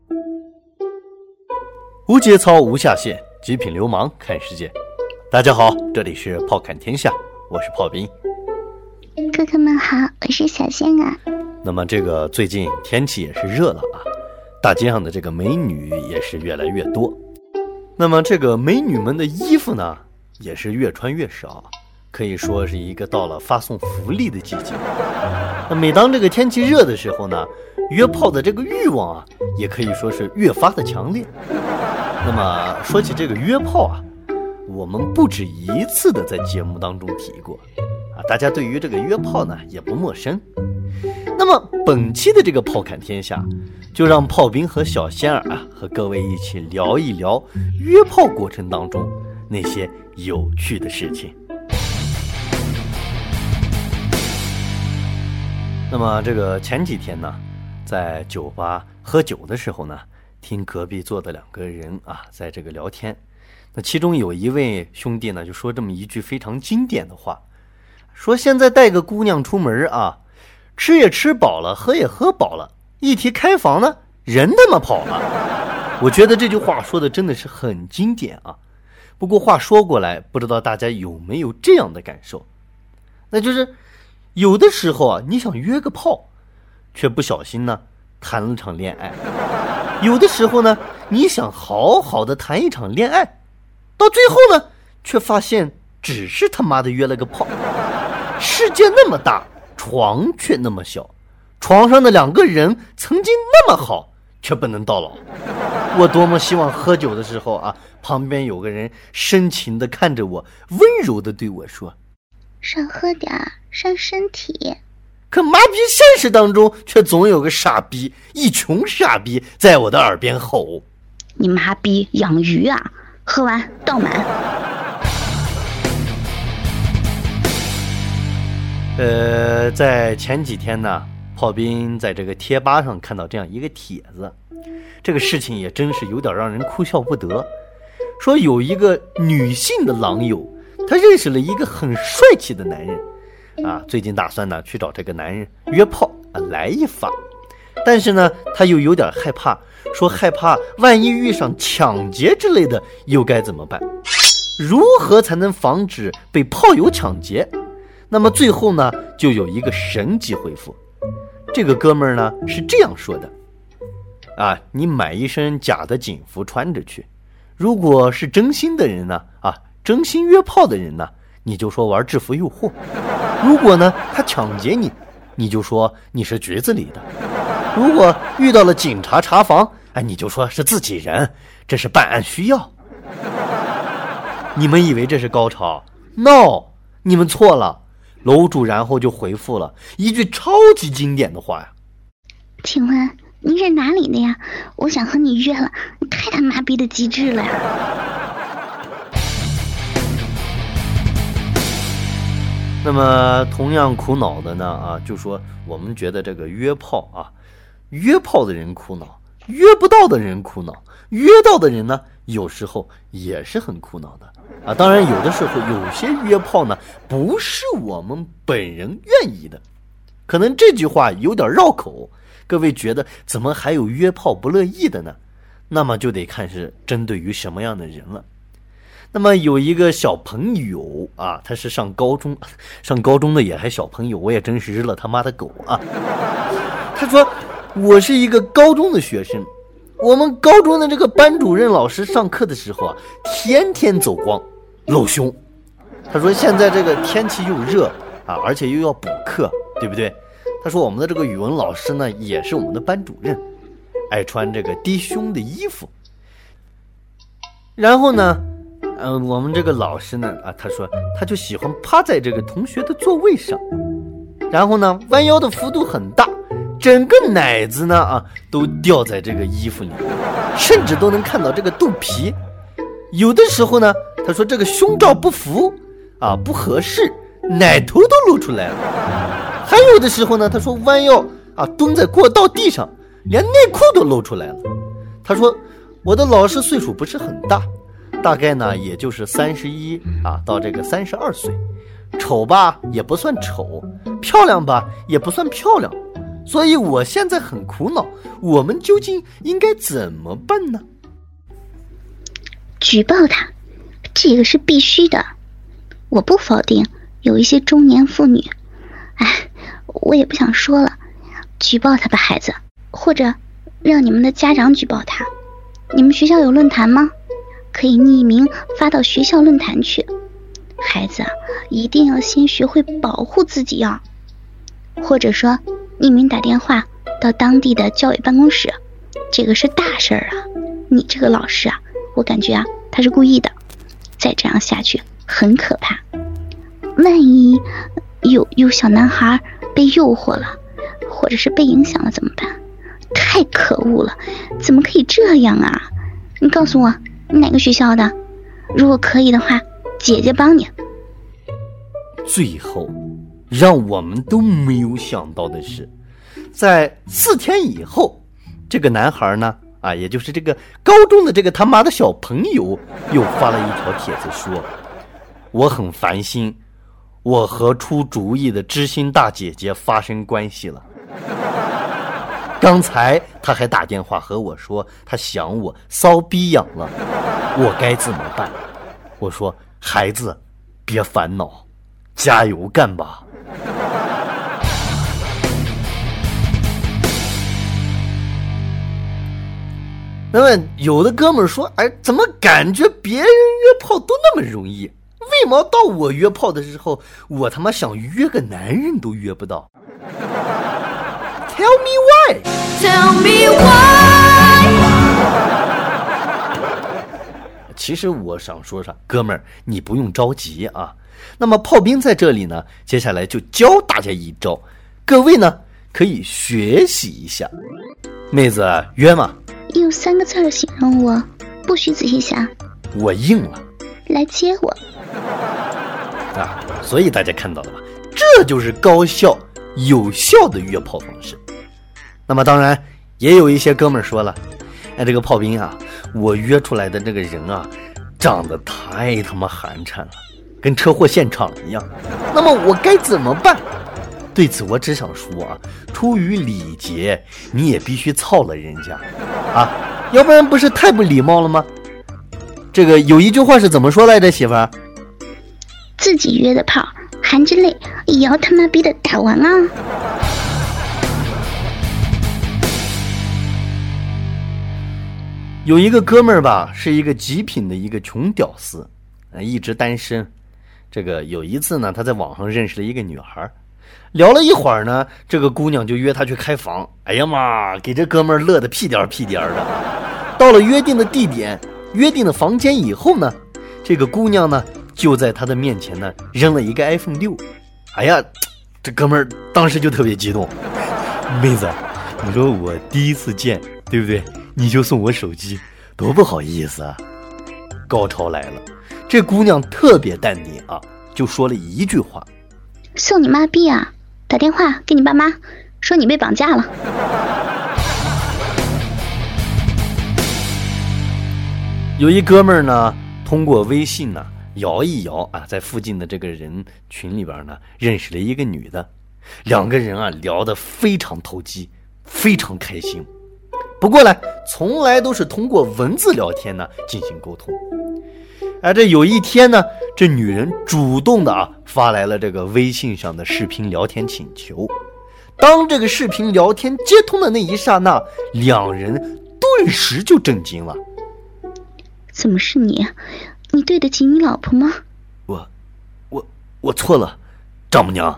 无节操无下限，极品流氓看世界。大家好，这里是炮侃天下，我是炮兵。 哥哥们好，我是小仙啊。 那么这个最近天气也是热了啊，大街上的这个美女也是越来越多。那么这个美女们的衣服呢，也是越穿越少，可以说是一个到了发送福利的季节。那每当这个天气热的时候呢，约炮的这个欲望啊，也可以说是越发的强烈。那么说起这个约炮啊，我们不止一次的在节目当中提过啊，大家对于这个约炮呢也不陌生。那么本期的这个炮侃天下，就让炮兵和小仙儿啊和各位一起聊一聊约炮过程当中那些有趣的事情。那么这个前几天呢，在酒吧喝酒的时候呢，听隔壁坐的两个人啊在这个聊天。那其中有一位兄弟呢就说这么一句非常经典的话，说现在带个姑娘出门啊，吃也吃饱了，喝也喝饱了，一提开房呢，人他妈跑了。我觉得这句话说的真的是很经典啊。不过话说过来，不知道大家有没有这样的感受，那就是有的时候啊，你想约个炮，却不小心呢谈了场恋爱；有的时候呢，你想好好的谈一场恋爱，到最后呢，却发现只是他妈的约了个炮。世界那么大，床却那么小，床上的两个人曾经那么好，却不能到老。我多么希望喝酒的时候啊，旁边有个人深情地看着我，温柔地对我说： 少喝点儿，伤身体。 可妈逼现实当中却总有个傻逼，一穷傻逼在我的耳边吼： 你妈逼养鱼啊，喝完倒满。 在前几天呢，炮兵在这个贴吧上看到这样一个帖子，这个事情也真是有点让人哭笑不得。说有一个女性的狼友，她认识了一个很帅气的男人啊，最近打算呢去找这个男人约炮啊来一发，但是呢她又有点害怕，说害怕万一遇上抢劫之类的又该怎么办？如何才能防止被炮友抢劫？那么最后呢，就有一个神级回复。这个哥们儿呢是这样说的啊，你买一身假的警服穿着去，如果是真心的人呢啊，真心约炮的人呢，你就说玩制服诱惑；如果呢他抢劫你，你就说你是局子里的；如果遇到了警察查房，哎，你就说是自己人，这是办案需要。你们以为这是高潮 ？No， 你们错了。楼主然后就回复了一句超级经典的话呀： 请问你是哪里的呀？我想和你约了，你太他妈逼的机智了呀！ 那么同样苦恼的呢啊，就说我们觉得这个约炮啊，约炮的人苦恼，约不到的人苦恼，约到的人呢有时候也是很苦恼的啊。当然有的时候有些约炮呢不是我们本人愿意的，可能这句话有点绕口，各位觉得怎么还有约炮不乐意的呢？那么就得看是针对于什么样的人了。那么有一个小朋友啊，他是上高中的也还小朋友，我也真是日了他妈的狗啊。他说我是一个高中的学生，我们高中的这个班主任老师上课的时候啊，天天走光露胸。他说现在这个天气又热啊，而且又要补课，对不对？他说我们的这个语文老师呢也是我们的班主任，爱穿这个低胸的衣服。然后呢我们这个老师呢啊，他说他就喜欢趴在这个同学的座位上，然后呢弯腰的幅度很大，整个奶子呢啊都掉在这个衣服里，甚至都能看到这个肚皮。有的时候呢他说这个胸罩不服啊，不合适，奶头都露出来了。还有的时候呢他说弯腰啊蹲在过道地上，连内裤都露出来了。他说我的老师岁数不是很大，大概呢也就是31啊到这个32岁，丑吧也不算丑，漂亮吧也不算漂亮， 所以我现在很苦恼，我们究竟应该怎么办呢？ 举报他，这个是必须的。我不否定有一些中年妇女，我也不想说了，举报他吧孩子，或者让你们的家长举报他。你们学校有论坛吗？可以匿名发到学校论坛去。孩子一定要先学会保护自己啊。或者说匿名打电话到当地的教委办公室，这个是大事啊。你这个老师我感觉他是故意的，再这样下去很可怕。万一有小男孩被诱惑了，或者是被影响了怎么办？太可恶了，怎么可以这样啊？你告诉我你哪个学校的？如果可以的话，姐姐帮你。 最后让我们都没有想到的是，在4天以后，这个男孩呢也就是这个高中的这个他妈的小朋友又发了一条帖子说，我很烦心，我和出主意的知心大姐姐发生关系了。刚才他还打电话和我说他想我，骚逼痒了，我该怎么办？我说孩子别烦恼，加油干吧。那么有的哥们儿说，怎么感觉别人约炮都那么容易，为毛到我约炮的时候，我他妈想约个男人都约不到？ Tell me why. Tell me why. 其实我想说啥，哥们儿你不用着急啊。那么炮兵在这里呢，接下来就教大家一招，各位呢可以学习一下。妹子约吗？ 用3个字形容我，不许仔细想。 我硬了。 来接我。 所以大家看到了吧，这就是高效有效的约炮方式。那么当然也有一些哥们儿说了，这个炮兵我约出来的这个人长得太他妈寒碜了，跟车祸现场一样，那么我该怎么办？对此我只想说出于礼节，你也必须操了人家要不然不是太不礼貌了吗？这个有一句话是怎么说来着，媳妇儿？ 自己约的炮含着泪也要他妈逼的打完啊。 有一个哥们儿吧，是一个极品的一个穷屌丝，一直单身。这个有一次呢，他在网上认识了一个女孩，聊了一会儿呢，这个姑娘就约他去开房。哎呀妈，给这哥们儿乐得屁颠儿屁颠儿的。到了约定的地点、约定的房间以后呢，这个姑娘呢就在他的面前呢扔了一个 iPhone 6。哎呀，这哥们儿当时就特别激动，妹子，你说我第一次见，对不对？你就送我手机，多不好意思啊！高潮来了，这姑娘特别淡定就说了一句话： 送你妈逼啊！打电话给你爸妈，说你被绑架了。 有一哥们儿呢，通过微信呢摇一摇在附近的这个人群里边呢认识了一个女的，两个人聊得非常投机，非常开心。不过呢，从来都是通过文字聊天呢进行沟通。这有一天呢，这女人主动的发来了这个微信上的视频聊天请求。当这个视频聊天接通的那一刹那，两人顿时就震惊了。 怎么是你？你对得起你老婆吗？ 我错了，丈母娘。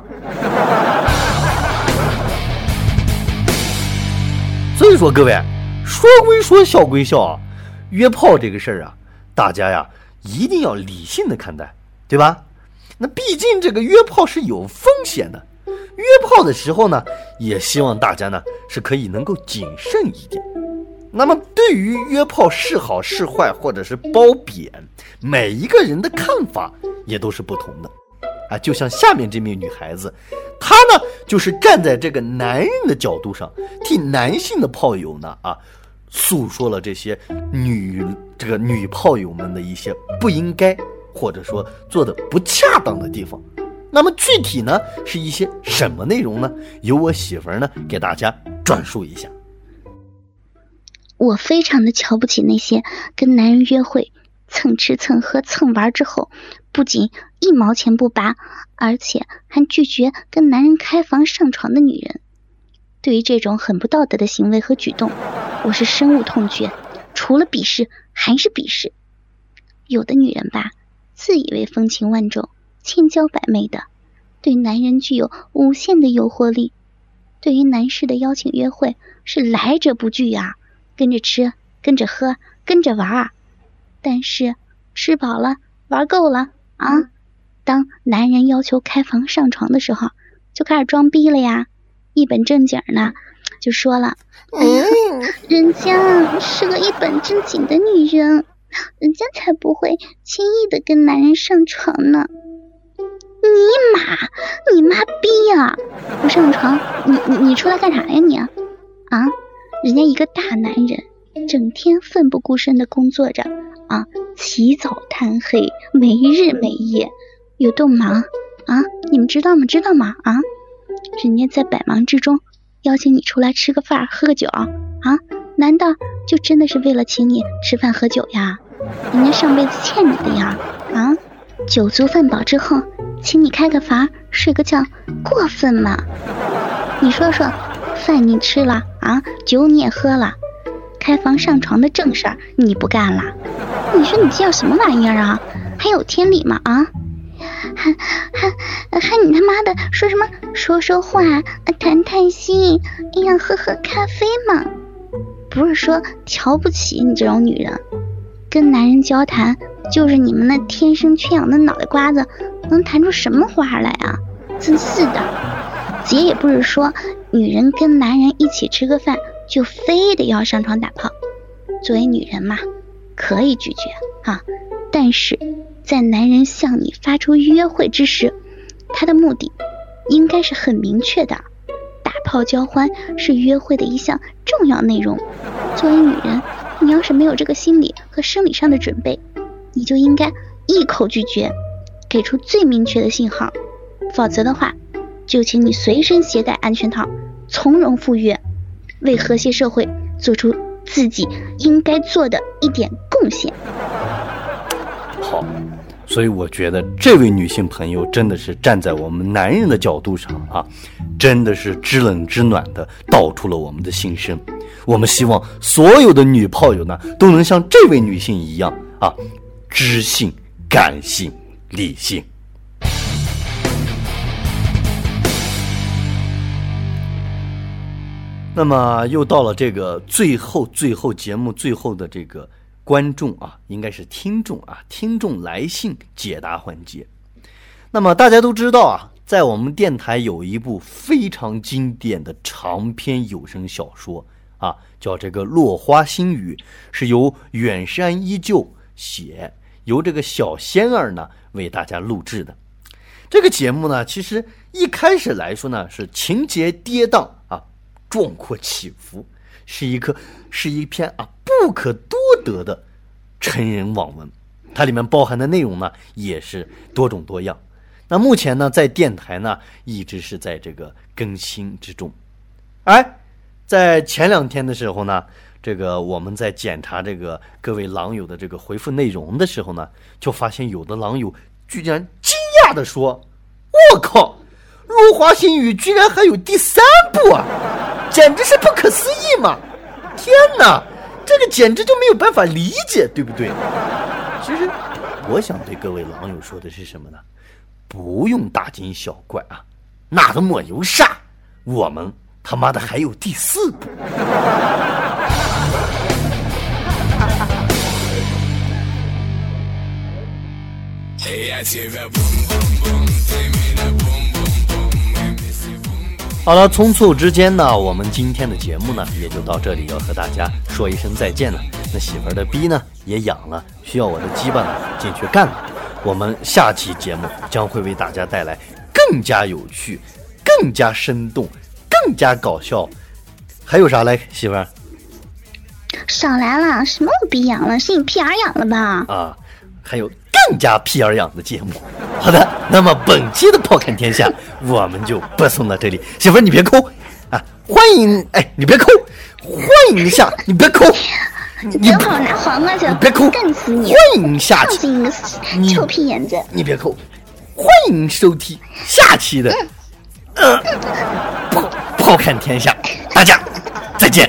所以说各位，说归说，笑归笑约炮这个事儿大家一定要理性的看待，对吧？那毕竟这个约炮是有风险的，约炮的时候呢，也希望大家呢是可以能够谨慎一点。那么对于约炮是好是坏，或者是褒贬，每一个人的看法也都是不同的就像下面这名女孩子，她呢就是站在这个男人的角度上，替男性的炮友呢诉说了这些女炮友们的一些不应该或者说做的不恰当的地方。 那么具体呢是一些什么内容呢？由我媳妇儿呢给大家转述一下。 我非常的瞧不起那些跟男人约会蹭吃蹭喝蹭玩之后，不仅1毛钱不拔，而且还拒绝跟男人开房上床的女人。对于这种很不道德的行为和举动，我是深恶痛绝，除了鄙视还是鄙视。有的女人吧，自以为风情万种千娇百媚的，对男人具有无限的诱惑力，对于男士的邀请约会是来者不拒啊，跟着吃跟着喝跟着玩。但是吃饱了玩够了啊，当男人要求开房上床的时候，就开始装逼了呀，一本正经呢就说了，哎呀，人家是个一本正经的女人，人家才不会轻易的跟男人上床呢。你妈逼呀！不上床，你出来干啥呀你啊？人家一个大男人，整天奋不顾身的工作着啊，起早贪黑，没日没夜，有多忙啊？你们知道吗？人家在百忙之中邀请你出来吃个饭喝个酒啊，难道就真的是为了请你吃饭喝酒呀？人家上辈子欠你的呀酒足饭饱之后请你开个房睡个觉，过分吗？你说说，饭你吃了酒你也喝了，开房上床的正事儿你不干了，你说你叫什么玩意儿啊？还有天理吗还你他妈的说什么说话谈心，哎呀喝咖啡嘛？不是说瞧不起你这种女人，跟男人交谈就是你们那天生缺氧的脑袋瓜子能谈出什么话来啊？真是的，姐也不是说女人跟男人一起吃个饭就非得要上床打炮，作为女人嘛，可以拒绝但是在男人向你发出约会之时，他的目的应该是很明确的，打炮交欢是约会的一项重要内容。作为女人，你要是没有这个心理和生理上的准备，你就应该一口拒绝，给出最明确的信号，否则的话就请你随身携带安全套，从容赴约，为和谐社会做出自己应该做的一点贡献。 好，所以我觉得这位女性朋友真的是站在我们男人的角度上真的是知冷知暖的道出了我们的心声。我们希望所有的女炮友呢都能像这位女性一样知性、感性、理性。那么又到了这个最后节目最后的这个观众应该是听众来信解答环节。那么大家都知道在我们电台有一部非常经典的长篇有声小说叫这个《落花心语》，是由远山依旧写，由这个小仙儿呢为大家录制的。这个节目呢，其实一开始来说呢是情节跌宕壮阔起伏，是一篇不可多得的成人网文。它里面包含的内容呢也是多种多样。那目前呢在电台呢一直是在这个更新之中。在前2天的时候呢，这个我们在检查这个各位狼友的这个回复内容的时候呢，就发现有的狼友居然惊讶地说，我靠，落花心语居然还有第3部简直是不可思议嘛！天哪，这个简直就没有办法理解，对不对？其实我想对各位狼友说的是什么呢？不用大惊小怪那都没有啥，我们他妈的还有第4部。好了，匆促之间呢，我们今天的节目呢也就到这里，要和大家说一声再见了。那媳妇儿的逼呢也痒了，需要我的鸡巴呢进去干了。我们下期节目将会为大家带来更加有趣、更加生动、更加搞笑。还有啥嘞，媳妇儿？ 少来了，什么我逼痒了？是你屁眼痒了吧？ 还有更加屁眼痒的节目。 好的，那么本期的炮看天下我们就播送到这里。媳妇儿你别抠啊，欢迎，哎，你别抠，欢迎下，你别抠， 你等会儿拿黄瓜去， 别抠， 干死你！ 欢迎下期， 操你个臭屁眼子！ 你别抠，欢迎收听下期的炮看天下，大家再见。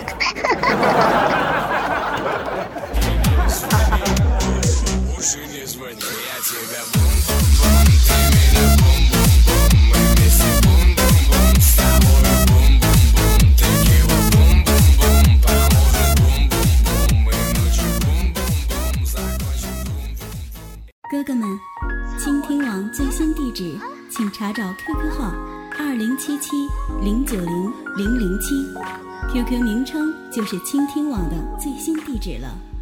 哥哥们，倾听网最新地址，请查找 QQ 号2077090007，QQ 名称就是倾听网的最新地址了。